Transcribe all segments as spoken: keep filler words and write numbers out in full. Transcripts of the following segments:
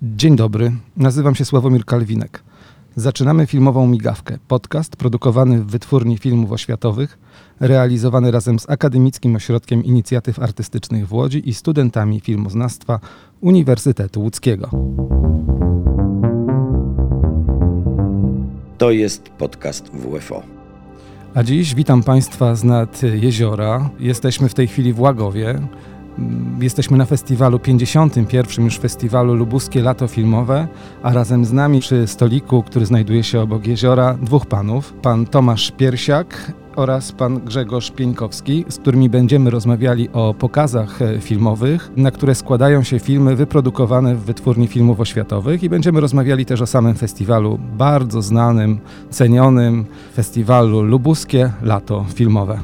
Dzień dobry, nazywam się Sławomir Kalwinek. Zaczynamy filmową migawkę, podcast produkowany w Wytwórni Filmów Oświatowych, realizowany razem z Akademickim Ośrodkiem Inicjatyw Artystycznych w Łodzi i studentami filmoznawstwa Uniwersytetu Łódzkiego. To jest podcast W F O. A dziś witam Państwa z nad jeziora. Jesteśmy w tej chwili w Łagowie. Jesteśmy na festiwalu, pięćdziesiątym pierwszym już festiwalu Lubuskie Lato Filmowe, a razem z nami przy stoliku, który znajduje się obok jeziora, dwóch panów. Pan Tomasz Piersiak oraz pan Grzegorz Pieńkowski, z którymi będziemy rozmawiali o pokazach filmowych, na które składają się filmy wyprodukowane w Wytwórni Filmów Oświatowych, i będziemy rozmawiali też o samym festiwalu, bardzo znanym, cenionym festiwalu Lubuskie Lato Filmowe.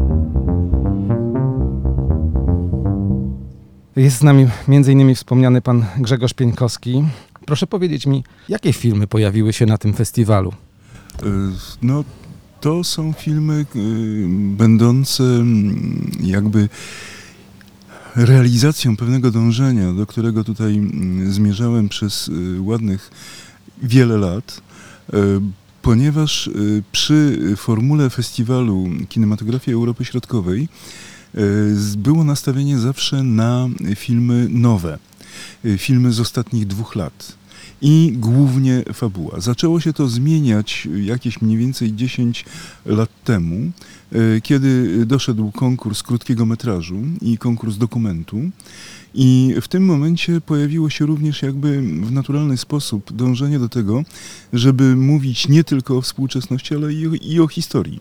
Jest z nami między innymi wspomniany pan Grzegorz Pieńkowski. Proszę powiedzieć mi, jakie filmy pojawiły się na tym festiwalu? No, to są filmy będące jakby realizacją pewnego dążenia, do którego tutaj zmierzałem przez ładnych wiele lat, ponieważ przy formule festiwalu Kinematografii Europy Środkowej było nastawienie zawsze na filmy nowe, filmy z ostatnich dwóch lat i głównie fabuła. Zaczęło się to zmieniać jakieś mniej więcej dziesięć lat temu, kiedy doszedł konkurs krótkiego metrażu i konkurs dokumentu, i w tym momencie pojawiło się również jakby w naturalny sposób dążenie do tego, żeby mówić nie tylko o współczesności, ale i o, i o historii.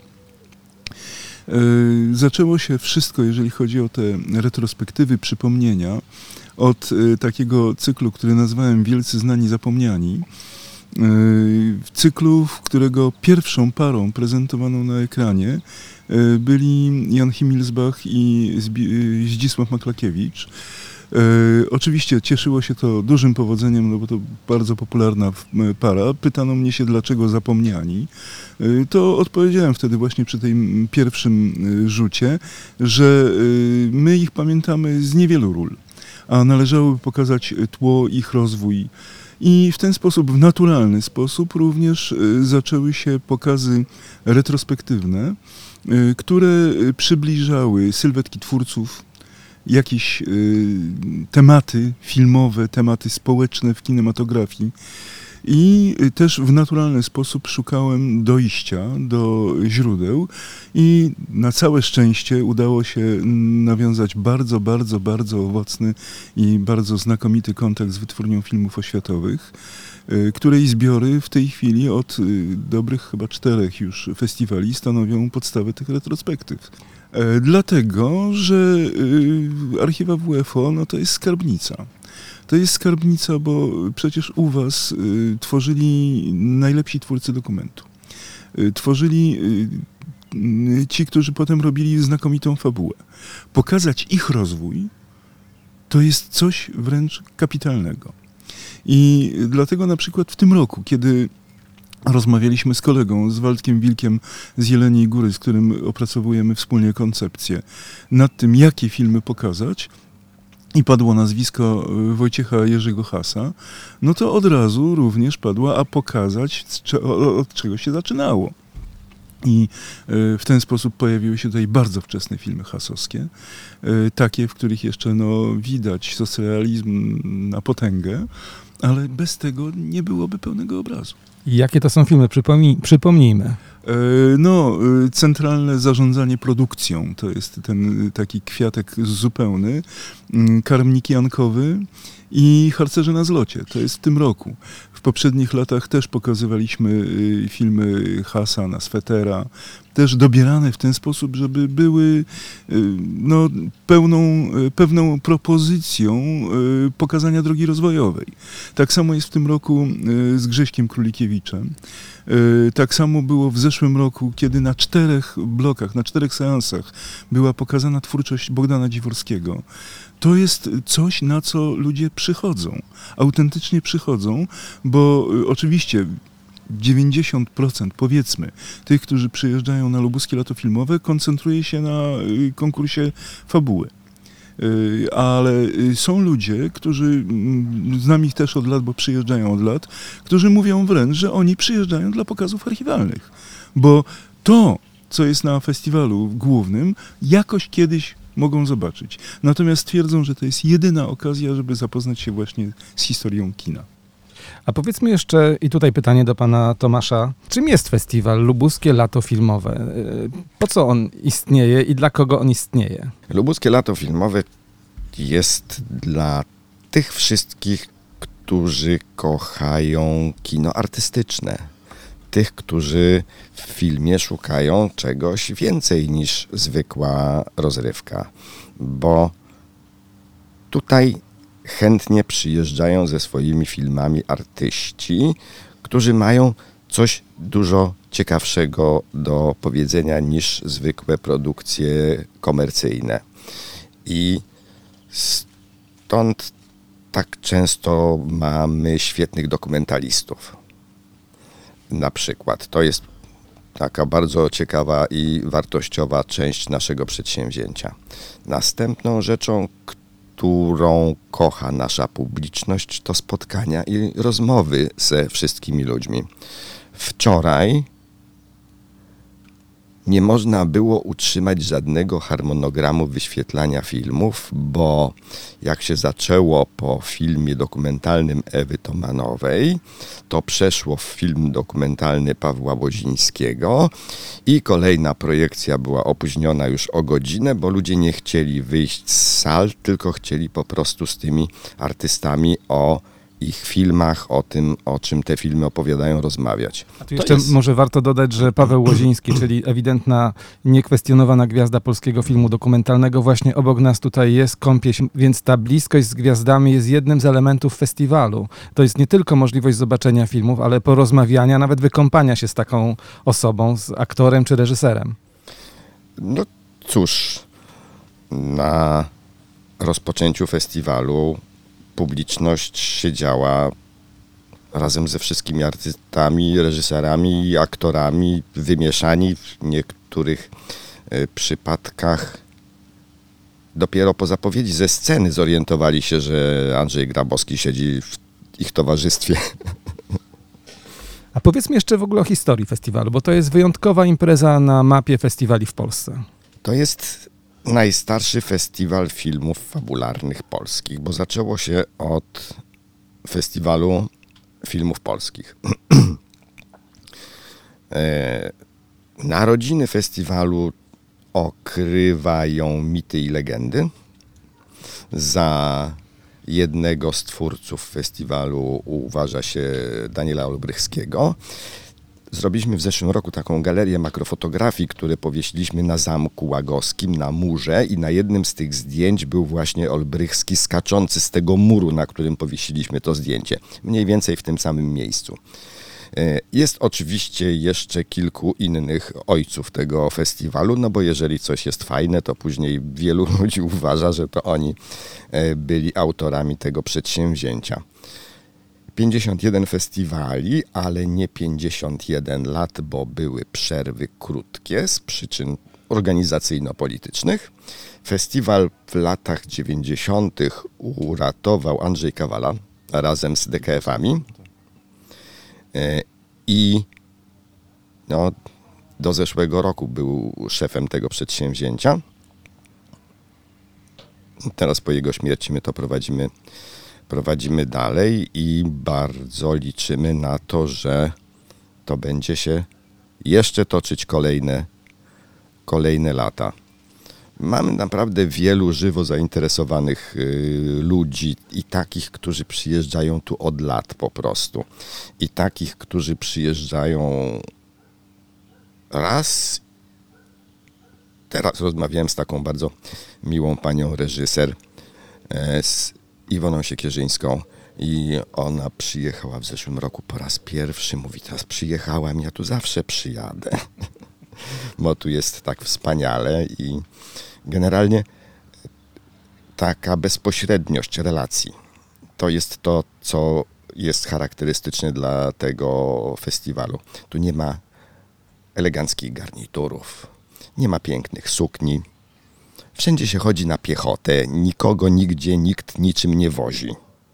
Zaczęło się wszystko, jeżeli chodzi o te retrospektywy, przypomnienia, od takiego cyklu, który nazwałem Wielcy Znani Zapomniani. Cyklu, w którego pierwszą parą prezentowaną na ekranie byli Jan Himmelsbach i Zdzisław Maklakiewicz. E, oczywiście cieszyło się to dużym powodzeniem, no bo to bardzo popularna para. Pytano mnie się, dlaczego zapomniani. E, to odpowiedziałem wtedy właśnie przy tym pierwszym rzucie, że e, my ich pamiętamy z niewielu ról, a należałoby pokazać tło, ich rozwój. I w ten sposób, w naturalny sposób również e, zaczęły się pokazy retrospektywne, e, które przybliżały sylwetki twórców, jakieś y, tematy filmowe, tematy społeczne w kinematografii, i też w naturalny sposób szukałem dojścia do źródeł, i na całe szczęście udało się nawiązać bardzo, bardzo, bardzo owocny i bardzo znakomity kontakt z Wytwórnią Filmów Oświatowych, y, której zbiory w tej chwili od y, dobrych chyba czterech już festiwali stanowią podstawę tych retrospektyw. E, dlatego, że y, archiwa W F O no, to jest skarbnica. To jest skarbnica, bo przecież u was y, tworzyli najlepsi twórcy dokumentu. Y, tworzyli y, ci, którzy potem robili znakomitą fabułę. Pokazać ich rozwój to jest coś wręcz kapitalnego. I dlatego na przykład w tym roku, kiedy rozmawialiśmy z kolegą, z Waldkiem Wilkiem z Jeleniej Góry, z którym opracowujemy wspólnie koncepcję nad tym, jakie filmy pokazać, i padło nazwisko Wojciecha Jerzego Hasa, no to od razu również padło, a pokazać, od czego się zaczynało. I w ten sposób pojawiły się tutaj bardzo wczesne filmy hasowskie, takie, w których jeszcze no, widać socrealizm na potęgę, ale bez tego nie byłoby pełnego obrazu. Jakie to są filmy? Przypomnij, przypomnijmy. No, Centralne Zarządzanie Produkcją, to jest ten taki kwiatek zupełny, Karmnik Jankowy i Harcerze na zlocie, to jest w tym roku. W poprzednich latach też pokazywaliśmy filmy Hasa, Swetera, też dobierane w ten sposób, żeby były no, pełną, pewną propozycją pokazania drogi rozwojowej. Tak samo jest w tym roku z Grześkiem Królikiewiczem. Tak samo było w zeszłym roku, kiedy na czterech blokach, na czterech seansach była pokazana twórczość Bogdana Dziworskiego. To jest coś, na co ludzie przychodzą, autentycznie przychodzą, bo oczywiście dziewięćdziesiąt procent powiedzmy tych, którzy przyjeżdżają na Lubuskie Lato Filmowe, koncentruje się na konkursie fabuły. ale są ludzie, którzy, znam ich też od lat, bo przyjeżdżają od lat, którzy mówią wręcz, że oni przyjeżdżają dla pokazów archiwalnych, bo to, co jest na festiwalu głównym, jakoś kiedyś mogą zobaczyć. Natomiast twierdzą, że to jest jedyna okazja, żeby zapoznać się właśnie z historią kina. A powiedzmy jeszcze, i tutaj pytanie do pana Tomasza, czym jest festiwal Lubuskie Lato Filmowe? Po co on istnieje i dla kogo on istnieje? Lubuskie Lato Filmowe jest dla tych wszystkich, którzy kochają kino artystyczne. Tych, którzy w filmie szukają czegoś więcej niż zwykła rozrywka. Bo tutaj chętnie przyjeżdżają ze swoimi filmami artyści, którzy mają coś dużo ciekawszego do powiedzenia niż zwykłe produkcje komercyjne. I stąd tak często mamy świetnych dokumentalistów. Na przykład. To jest taka bardzo ciekawa i wartościowa część naszego przedsięwzięcia. Następną rzeczą, którą kocha nasza publiczność, to spotkania i rozmowy ze wszystkimi ludźmi. Wczoraj nie można było utrzymać żadnego harmonogramu wyświetlania filmów, bo jak się zaczęło po filmie dokumentalnym Ewy Tomanowej, to przeszło w film dokumentalny Pawła Wozińskiego i kolejna projekcja była opóźniona już o godzinę, bo ludzie nie chcieli wyjść z sal, tylko chcieli po prostu z tymi artystami o ich filmach, o tym, o czym te filmy opowiadają, rozmawiać. A tu jeszcze jest... może warto dodać, że Paweł Łoziński, czyli ewidentna, niekwestionowana gwiazda polskiego filmu dokumentalnego, właśnie obok nas tutaj jest, kąpie się, więc ta bliskość z gwiazdami jest jednym z elementów festiwalu. To jest nie tylko możliwość zobaczenia filmów, ale porozmawiania, nawet wykąpania się z taką osobą, z aktorem czy reżyserem. No cóż, na rozpoczęciu festiwalu publiczność siedziała razem ze wszystkimi artystami, reżyserami i aktorami, wymieszani w niektórych y, przypadkach. Dopiero po zapowiedzi ze sceny zorientowali się, że Andrzej Grabowski siedzi w ich towarzystwie. A powiedzmy jeszcze w ogóle o historii festiwalu, bo to jest wyjątkowa impreza na mapie festiwali w Polsce. To jest najstarszy festiwal filmów fabularnych polskich, bo zaczęło się od festiwalu filmów polskich. e, narodziny festiwalu okrywają mity i legendy. Za jednego z twórców festiwalu uważa się Daniela Olbrychskiego. Zrobiliśmy w zeszłym roku taką galerię makrofotografii, które powiesiliśmy na Zamku Łagowskim, na murze i na jednym z tych zdjęć był właśnie Olbrychski skaczący z tego muru, na którym powiesiliśmy to zdjęcie. Mniej więcej w tym samym miejscu. Jest oczywiście jeszcze kilku innych ojców tego festiwalu, no bo jeżeli coś jest fajne, to później wielu ludzi uważa, że to oni byli autorami tego przedsięwzięcia. pięćdziesiąt jeden festiwali, ale nie pięćdziesiąt jeden lat, bo były przerwy krótkie z przyczyn organizacyjno-politycznych. Festiwal w latach dziewięćdziesiątych uratował Andrzej Kawala razem z D K F-ami i no, do zeszłego roku był szefem tego przedsięwzięcia. Teraz po jego śmierci my to prowadzimy Prowadzimy dalej i bardzo liczymy na to, że to będzie się jeszcze toczyć kolejne, kolejne lata. Mamy naprawdę wielu żywo zainteresowanych y, ludzi i takich, którzy przyjeżdżają tu od lat po prostu. I takich, którzy przyjeżdżają raz. Teraz rozmawiałem z taką bardzo miłą panią reżyser, y, z Iwoną Siekierzyńską i ona przyjechała w zeszłym roku po raz pierwszy. Mówi, teraz przyjechałam, ja tu zawsze przyjadę, bo tu jest tak wspaniale i generalnie taka bezpośredniość relacji. To jest to, co jest charakterystyczne dla tego festiwalu. Tu nie ma eleganckich garniturów, nie ma pięknych sukni. Wszędzie się chodzi na piechotę, nikogo, nigdzie, nikt niczym nie wozi.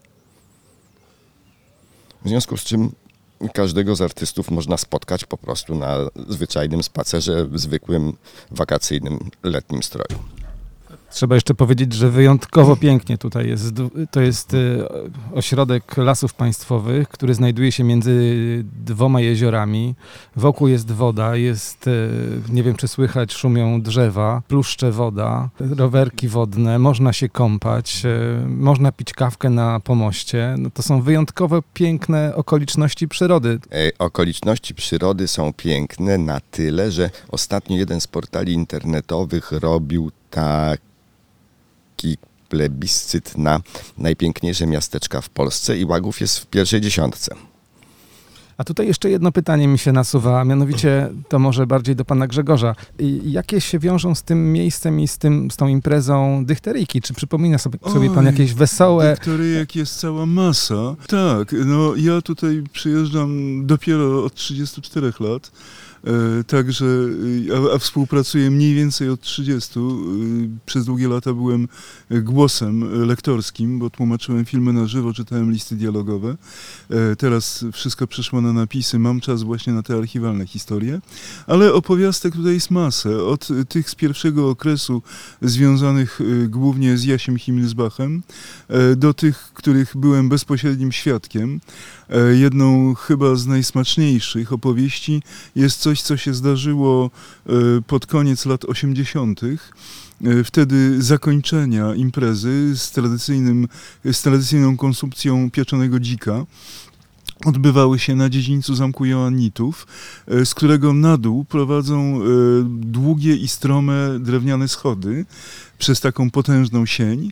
W związku z czym każdego z artystów można spotkać po prostu na zwyczajnym spacerze w zwykłym, wakacyjnym, letnim stroju. Trzeba jeszcze powiedzieć, że wyjątkowo pięknie tutaj jest. To jest ośrodek Lasów Państwowych, który znajduje się między dwoma jeziorami. Wokół jest woda, jest, nie wiem czy słychać, szumią drzewa, pluszcze woda, rowerki wodne, można się kąpać, można pić kawkę na pomoście. No to są wyjątkowo piękne okoliczności przyrody. Okoliczności przyrody są piękne na tyle, że ostatnio jeden z portali internetowych robił tak taki plebiscyt na najpiękniejsze miasteczka w Polsce i Łagów jest w pierwszej dziesiątce. A tutaj jeszcze jedno pytanie mi się nasuwa, a mianowicie to może bardziej do pana Grzegorza. I jakie się wiążą z tym miejscem i z, tym, z tą imprezą dychteryjki? Czy przypomina sobie, sobie pan jakieś wesołe... Dychteryjek jest cała masa. Tak, no ja tutaj przyjeżdżam dopiero od trzydziestu czterech lat. Także, a, a współpracuję mniej więcej od trzydziestu. Przez długie lata byłem głosem lektorskim, bo tłumaczyłem filmy na żywo, czytałem listy dialogowe. Teraz wszystko przeszło na napisy, mam czas właśnie na te archiwalne historie. Ale opowiastek tutaj jest masę. Od tych z pierwszego okresu związanych głównie z Jasiem Himmelsbachem, do tych, których byłem bezpośrednim świadkiem. Jedną chyba z najsmaczniejszych opowieści jest coś, co się zdarzyło pod koniec lat osiemdziesiątych. Wtedy zakończenia imprezy z, tradycyjnym, z tradycyjną konsumpcją pieczonego dzika odbywały się na dziedzińcu Zamku Joannitów, z którego na dół prowadzą długie i strome drewniane schody przez taką potężną sień.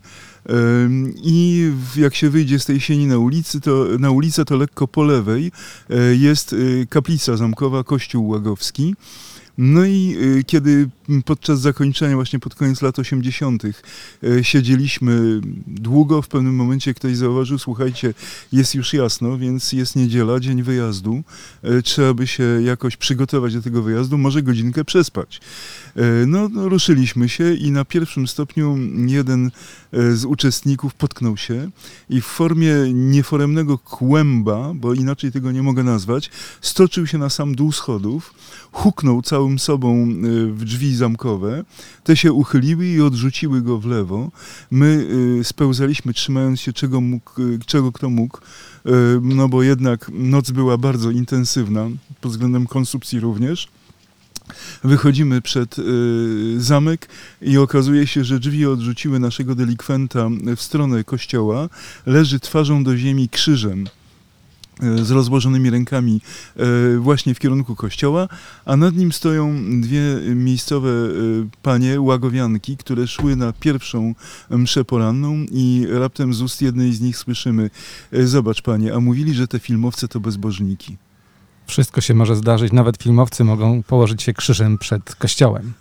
I jak się wyjdzie z tej sieni na, ulicy, to, na ulicę, to lekko po lewej jest kaplica zamkowa, kościół łagowski. No i kiedy podczas zakończenia, właśnie pod koniec lat osiemdziesiątych siedzieliśmy długo, w pewnym momencie ktoś zauważył, słuchajcie, jest już jasno, więc jest niedziela, dzień wyjazdu, trzeba by się jakoś przygotować do tego wyjazdu, może godzinkę przespać. No, no ruszyliśmy się i na pierwszym stopniu jeden z uczestników potknął się i w formie nieforemnego kłęba, bo inaczej tego nie mogę nazwać, stoczył się na sam dół schodów, huknął całym sobą w drzwi zamkowe, te się uchyliły i odrzuciły go w lewo. My spełzaliśmy, trzymając się czego, mógł, czego kto mógł, no bo jednak noc była bardzo intensywna, pod względem konsumpcji również. Wychodzimy przed y, zamek i okazuje się, że drzwi odrzuciły naszego delikwenta w stronę kościoła. Leży twarzą do ziemi krzyżem z rozłożonymi rękami właśnie w kierunku kościoła, a nad nim stoją dwie miejscowe panie, łagowianki, które szły na pierwszą mszę poranną i raptem z ust jednej z nich słyszymy: zobacz panie, a mówili, że te filmowce to bezbożniki. Wszystko się może zdarzyć, nawet filmowcy mogą położyć się krzyżem przed kościołem.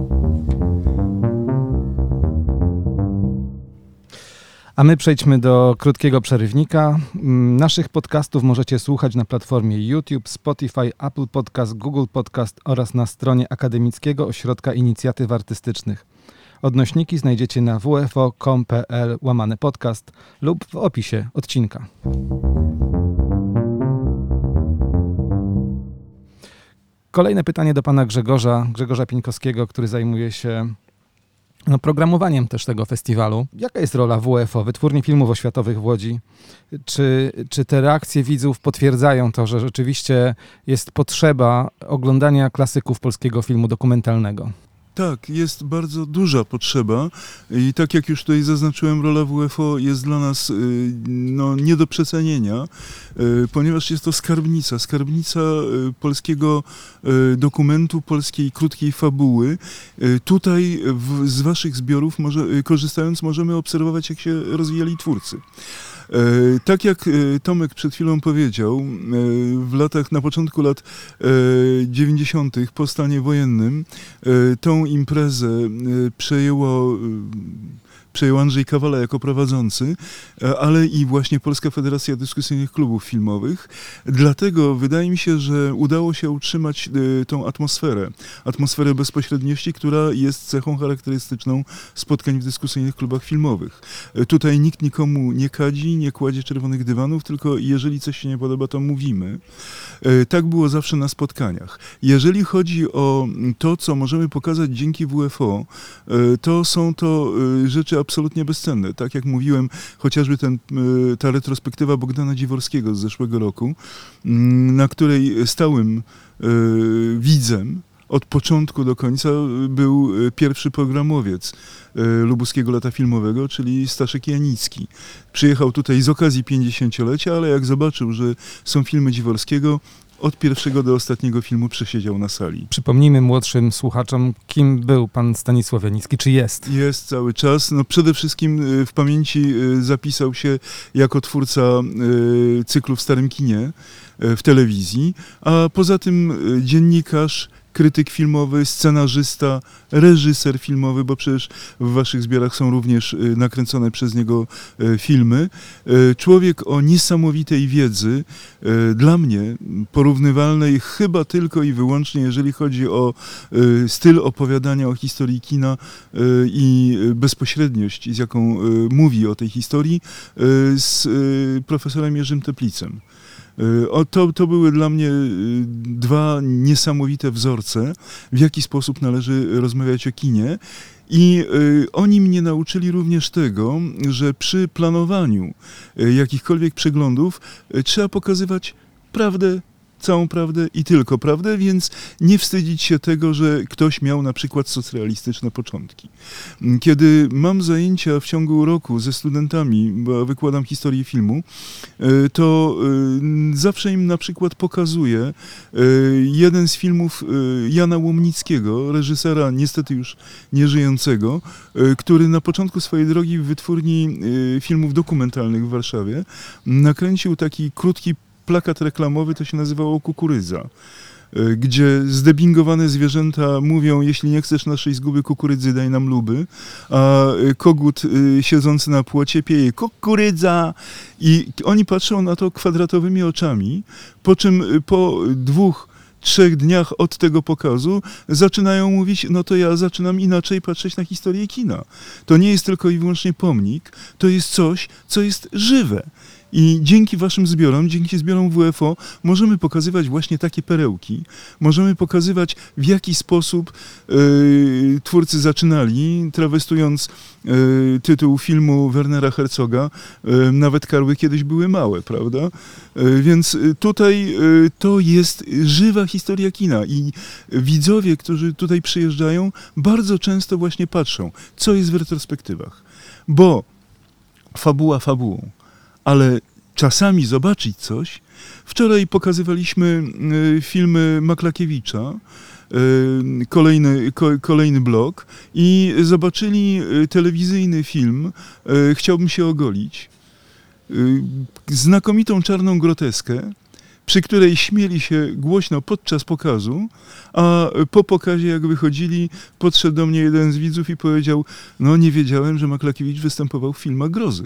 A my przejdźmy do krótkiego przerywnika. Naszych podcastów możecie słuchać na platformie YouTube, Spotify, Apple Podcast, Google Podcast oraz na stronie Akademickiego Ośrodka Inicjatyw Artystycznych. Odnośniki znajdziecie na w f o kropka com kropka p l łamane podcast lub w opisie odcinka. Kolejne pytanie do pana Grzegorza, Grzegorza Pieńkowskiego, który zajmuje się no, programowaniem też tego festiwalu. Jaka jest rola W F O, Wytwórni Filmów Oświatowych w Łodzi? Czy, czy te reakcje widzów potwierdzają to, że rzeczywiście jest potrzeba oglądania klasyków polskiego filmu dokumentalnego? Tak, jest bardzo duża potrzeba i tak jak już tutaj zaznaczyłem, rola W F O jest dla nas no, nie do przecenienia, ponieważ jest to skarbnica, skarbnica polskiego dokumentu, polskiej krótkiej fabuły. Tutaj w, z waszych zbiorów może, korzystając możemy obserwować, jak się rozwijali twórcy. Tak jak Tomek przed chwilą powiedział, w latach, na początku lat dziewięćdziesiątych po stanie wojennym tą imprezę przejęło przejął Andrzej Kawala jako prowadzący, ale i właśnie Polska Federacja Dyskusyjnych Klubów Filmowych. Dlatego wydaje mi się, że udało się utrzymać tą atmosferę, atmosferę bezpośredniości, która jest cechą charakterystyczną spotkań w dyskusyjnych klubach filmowych. Tutaj nikt nikomu nie kadzi, nie kładzie czerwonych dywanów, tylko jeżeli coś się nie podoba, to mówimy. Tak było zawsze na spotkaniach. Jeżeli chodzi o to, co możemy pokazać dzięki W F O, to są to rzeczy absolutnie bezcenne. Tak jak mówiłem, chociażby ten, ta retrospektywa Bogdana Dziworskiego z zeszłego roku, na której stałym widzem od początku do końca był pierwszy programowiec Lubuskiego Lata Filmowego, czyli Staszek Janicki. Przyjechał tutaj z okazji pięćdziesięciolecia, ale jak zobaczył, że są filmy Dziworskiego, od pierwszego do ostatniego filmu przesiedział na sali. Przypomnijmy młodszym słuchaczom, kim był pan Stanisław Janicki, czy jest? Jest cały czas. No przede wszystkim w pamięci zapisał się jako twórca cyklu w Starym Kinie w telewizji, a poza tym dziennikarz, krytyk filmowy, scenarzysta, reżyser filmowy, bo przecież w waszych zbiorach są również nakręcone przez niego filmy. Człowiek o niesamowitej wiedzy, dla mnie porównywalnej chyba tylko i wyłącznie, jeżeli chodzi o styl opowiadania o historii kina i bezpośredniość, z jaką mówi o tej historii, z profesorem Jerzym Teplicem. O, to, to były dla mnie dwa niesamowite wzorce, w jaki sposób należy rozmawiać o kinie. I y, oni mnie nauczyli również tego, że przy planowaniu y, jakichkolwiek przeglądów y, trzeba pokazywać prawdę, całą prawdę i tylko prawdę, więc nie wstydzić się tego, że ktoś miał na przykład socrealistyczne początki. Kiedy mam zajęcia w ciągu roku ze studentami, bo wykładam historię filmu, to zawsze im na przykład pokazuję jeden z filmów Jana Łomnickiego, reżysera niestety już nieżyjącego, który na początku swojej drogi w wytwórni filmów dokumentalnych w Warszawie nakręcił taki krótki plakat reklamowy, to się nazywało Kukurydza, gdzie zdebbingowane zwierzęta mówią: jeśli nie chcesz naszej zguby kukurydzy, daj nam luby, a kogut siedzący na płocie pieje kukurydza i oni patrzą na to kwadratowymi oczami, po czym po dwóch trzech dniach od tego pokazu zaczynają mówić: no to ja zaczynam inaczej patrzeć na historię kina. To nie jest tylko i wyłącznie pomnik, to jest coś, co jest żywe. I dzięki waszym zbiorom, dzięki zbiorom W F O możemy pokazywać właśnie takie perełki. Możemy pokazywać, w jaki sposób y, twórcy zaczynali, trawestując y, tytuł filmu Wernera Herzoga, y, nawet karły kiedyś były małe, prawda? Y, więc tutaj y, to jest żywa historia kina i widzowie, którzy tutaj przyjeżdżają, bardzo często właśnie patrzą, co jest w retrospektywach. Bo fabuła fabułą, ale czasami zobaczyć coś. Wczoraj pokazywaliśmy y, filmy Maklakiewicza, y, kolejny, ko, kolejny blok i zobaczyli y, telewizyjny film y, Chciałbym się ogolić. Y, znakomitą czarną groteskę, przy której śmieli się głośno podczas pokazu, a po pokazie, jak wychodzili, podszedł do mnie jeden z widzów i powiedział: no nie wiedziałem, że Maklakiewicz występował w filmach grozy.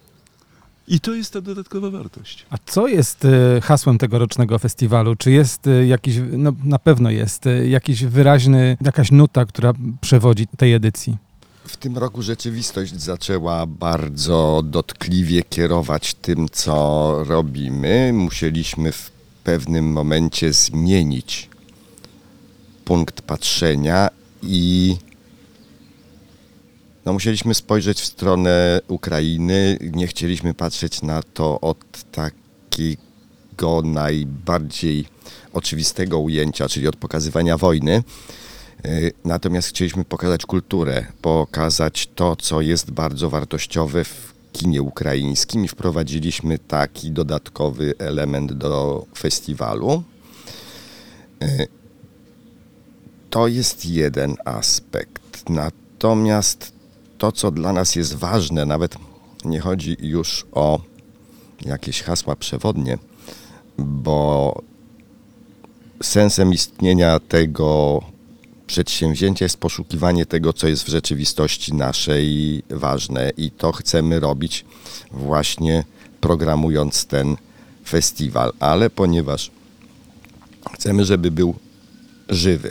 I to jest ta dodatkowa wartość. A co jest hasłem tegorocznego festiwalu? Czy jest jakiś, no na pewno jest, jakiś wyraźny, jakaś nuta, która przewodzi tej edycji? W tym roku rzeczywistość zaczęła bardzo dotkliwie kierować tym, co robimy. Musieliśmy w pewnym momencie zmienić punkt patrzenia i no, musieliśmy spojrzeć w stronę Ukrainy. Nie chcieliśmy patrzeć na to od takiego najbardziej oczywistego ujęcia, czyli od pokazywania wojny. Natomiast chcieliśmy pokazać kulturę, pokazać to, co jest bardzo wartościowe w kinie ukraińskim i wprowadziliśmy taki dodatkowy element do festiwalu. To jest jeden aspekt. Natomiast to, co dla nas jest ważne, nawet nie chodzi już o jakieś hasła przewodnie, bo sensem istnienia tego przedsięwzięcia jest poszukiwanie tego, co jest w rzeczywistości naszej ważne i to chcemy robić właśnie programując ten festiwal, ale ponieważ chcemy, żeby był żywy,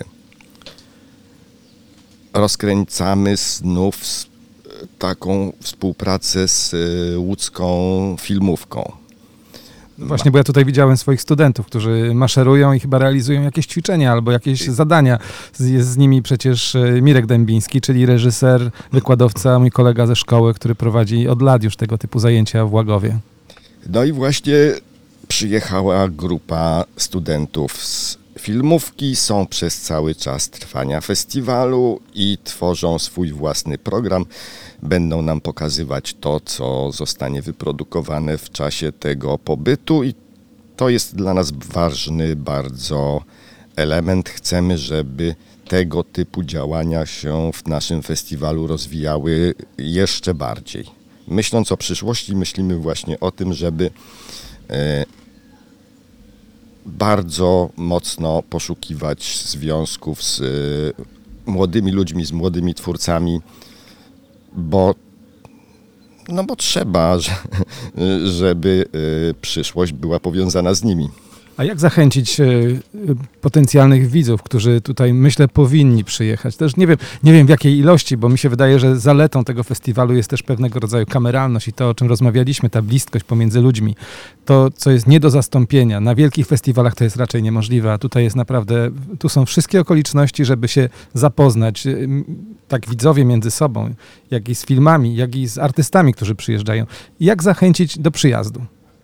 rozkręcamy znów taką współpracę z łódzką filmówką. Właśnie, bo ja tutaj widziałem swoich studentów, którzy maszerują i chyba realizują jakieś ćwiczenia albo jakieś zadania. Jest z nimi przecież Mirek Dębiński, czyli reżyser, wykładowca, mój kolega ze szkoły, który prowadzi od lat już tego typu zajęcia w Łagowie. No i właśnie przyjechała grupa studentów z filmówki, są przez cały czas trwania festiwalu i tworzą swój własny program. Będą nam pokazywać to, co zostanie wyprodukowane w czasie tego pobytu i to jest dla nas ważny bardzo element. Chcemy, żeby tego typu działania się w naszym festiwalu rozwijały jeszcze bardziej. Myśląc o przyszłości, myślimy właśnie o tym, żeby e, bardzo mocno poszukiwać związków z e, młodymi ludźmi, z młodymi twórcami, bo, no bo trzeba, że, żeby e, przyszłość była powiązana z nimi. A jak zachęcić y, potencjalnych widzów, którzy tutaj, myślę, powinni przyjechać? Też nie wiem, nie wiem w jakiej ilości, bo mi się wydaje, że zaletą tego festiwalu jest też pewnego rodzaju kameralność i to, o czym rozmawialiśmy, ta bliskość pomiędzy ludźmi. To, co jest nie do zastąpienia. Na wielkich festiwalach to jest raczej niemożliwe, a tutaj jest naprawdę, tu są wszystkie okoliczności, żeby się zapoznać, y, tak widzowie między sobą, jak i z filmami, jak i z artystami, którzy przyjeżdżają. Jak zachęcić do przyjazdu?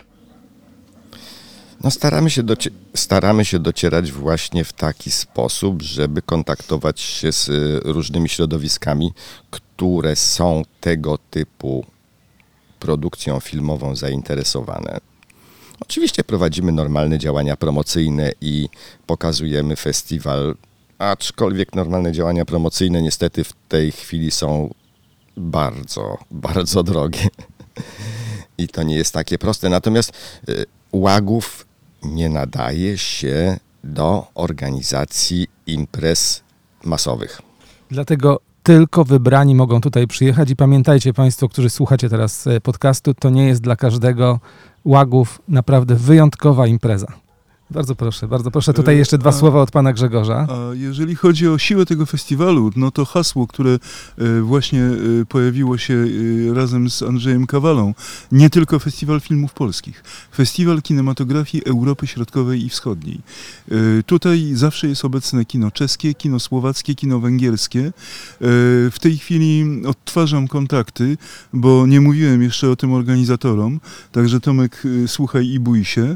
No staramy się, doci- staramy się docierać właśnie w taki sposób, żeby kontaktować się z różnymi środowiskami, które są tego typu produkcją filmową zainteresowane. Oczywiście prowadzimy normalne działania promocyjne i pokazujemy festiwal, aczkolwiek normalne działania promocyjne niestety w tej chwili są bardzo, bardzo drogie i to nie jest takie proste. Natomiast y, Łagów nie nadaje się do organizacji imprez masowych. Dlatego tylko wybrani mogą tutaj przyjechać i pamiętajcie Państwo, którzy słuchacie teraz podcastu, to nie jest dla każdego. Łagów naprawdę wyjątkowa impreza. Bardzo proszę, bardzo proszę. Tutaj jeszcze dwa a, słowa od pana Grzegorza. A jeżeli chodzi o siłę tego festiwalu, no to hasło, które właśnie pojawiło się razem z Andrzejem Kawalą, nie tylko Festiwal Filmów Polskich, Festiwal Kinematografii Europy Środkowej i Wschodniej. Tutaj zawsze jest obecne kino czeskie, kino słowackie, kino węgierskie. W tej chwili odtwarzam kontakty, bo nie mówiłem jeszcze o tym organizatorom, także Tomek, słuchaj i bój się.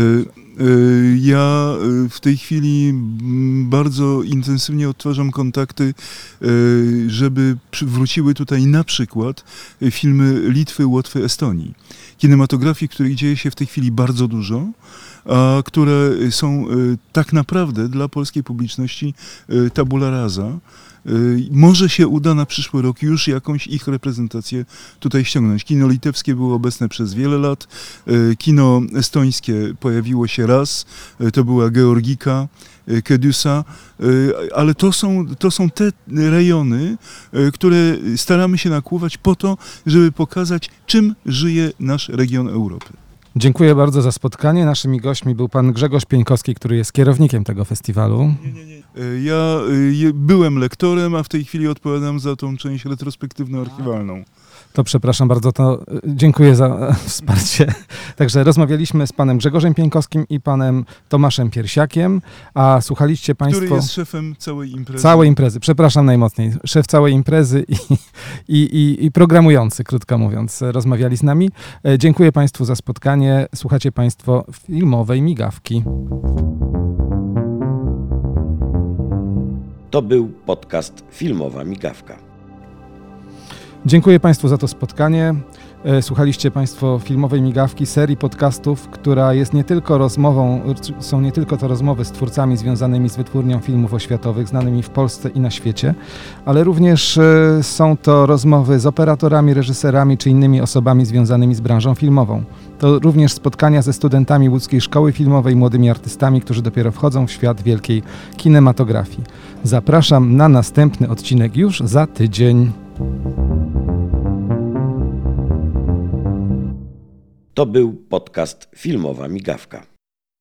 Ja w tej chwili bardzo intensywnie odtwarzam kontakty, żeby wróciły tutaj na przykład filmy Litwy, Łotwy, Estonii. Kinematografii, której dzieje się w tej chwili bardzo dużo, a które są tak naprawdę dla polskiej publiczności tabula rasa. Może się uda na przyszły rok już jakąś ich reprezentację tutaj ściągnąć. Kino litewskie było obecne przez wiele lat, kino estońskie pojawiło się raz, to była Georgika, Kedusa, ale to są, to są te rejony, które staramy się nakłuwać po to, żeby pokazać, czym żyje nasz region Europy. Dziękuję bardzo za spotkanie. Naszymi gośćmi był pan Grzegorz Pieńkowski, który jest kierownikiem tego festiwalu. Nie, nie, nie. Ja byłem lektorem, a w tej chwili odpowiadam za tą część retrospektywno-archiwalną. To przepraszam bardzo, to dziękuję za wsparcie. Także rozmawialiśmy z panem Grzegorzem Pieńkowskim i panem Tomaszem Piersiakiem, a słuchaliście państwo... Który jest szefem całej imprezy. Całej imprezy, przepraszam najmocniej. Szef całej imprezy i, i, i, i programujący, krótko mówiąc, rozmawiali z nami. Dziękuję państwu za spotkanie. Słuchacie państwo filmowej migawki. To był podcast Filmowa Migawka. Dziękuję państwu za to spotkanie. Słuchaliście państwo filmowej migawki, serii podcastów, która jest nie tylko rozmową, są nie tylko to rozmowy z twórcami związanymi z wytwórnią filmów oświatowych, znanymi w Polsce i na świecie, ale również są to rozmowy z operatorami, reżyserami czy innymi osobami związanymi z branżą filmową. To również spotkania ze studentami Łódzkiej Szkoły Filmowej, młodymi artystami, którzy dopiero wchodzą w świat wielkiej kinematografii. Zapraszam na następny odcinek już za tydzień. To był podcast Filmowa Migawka.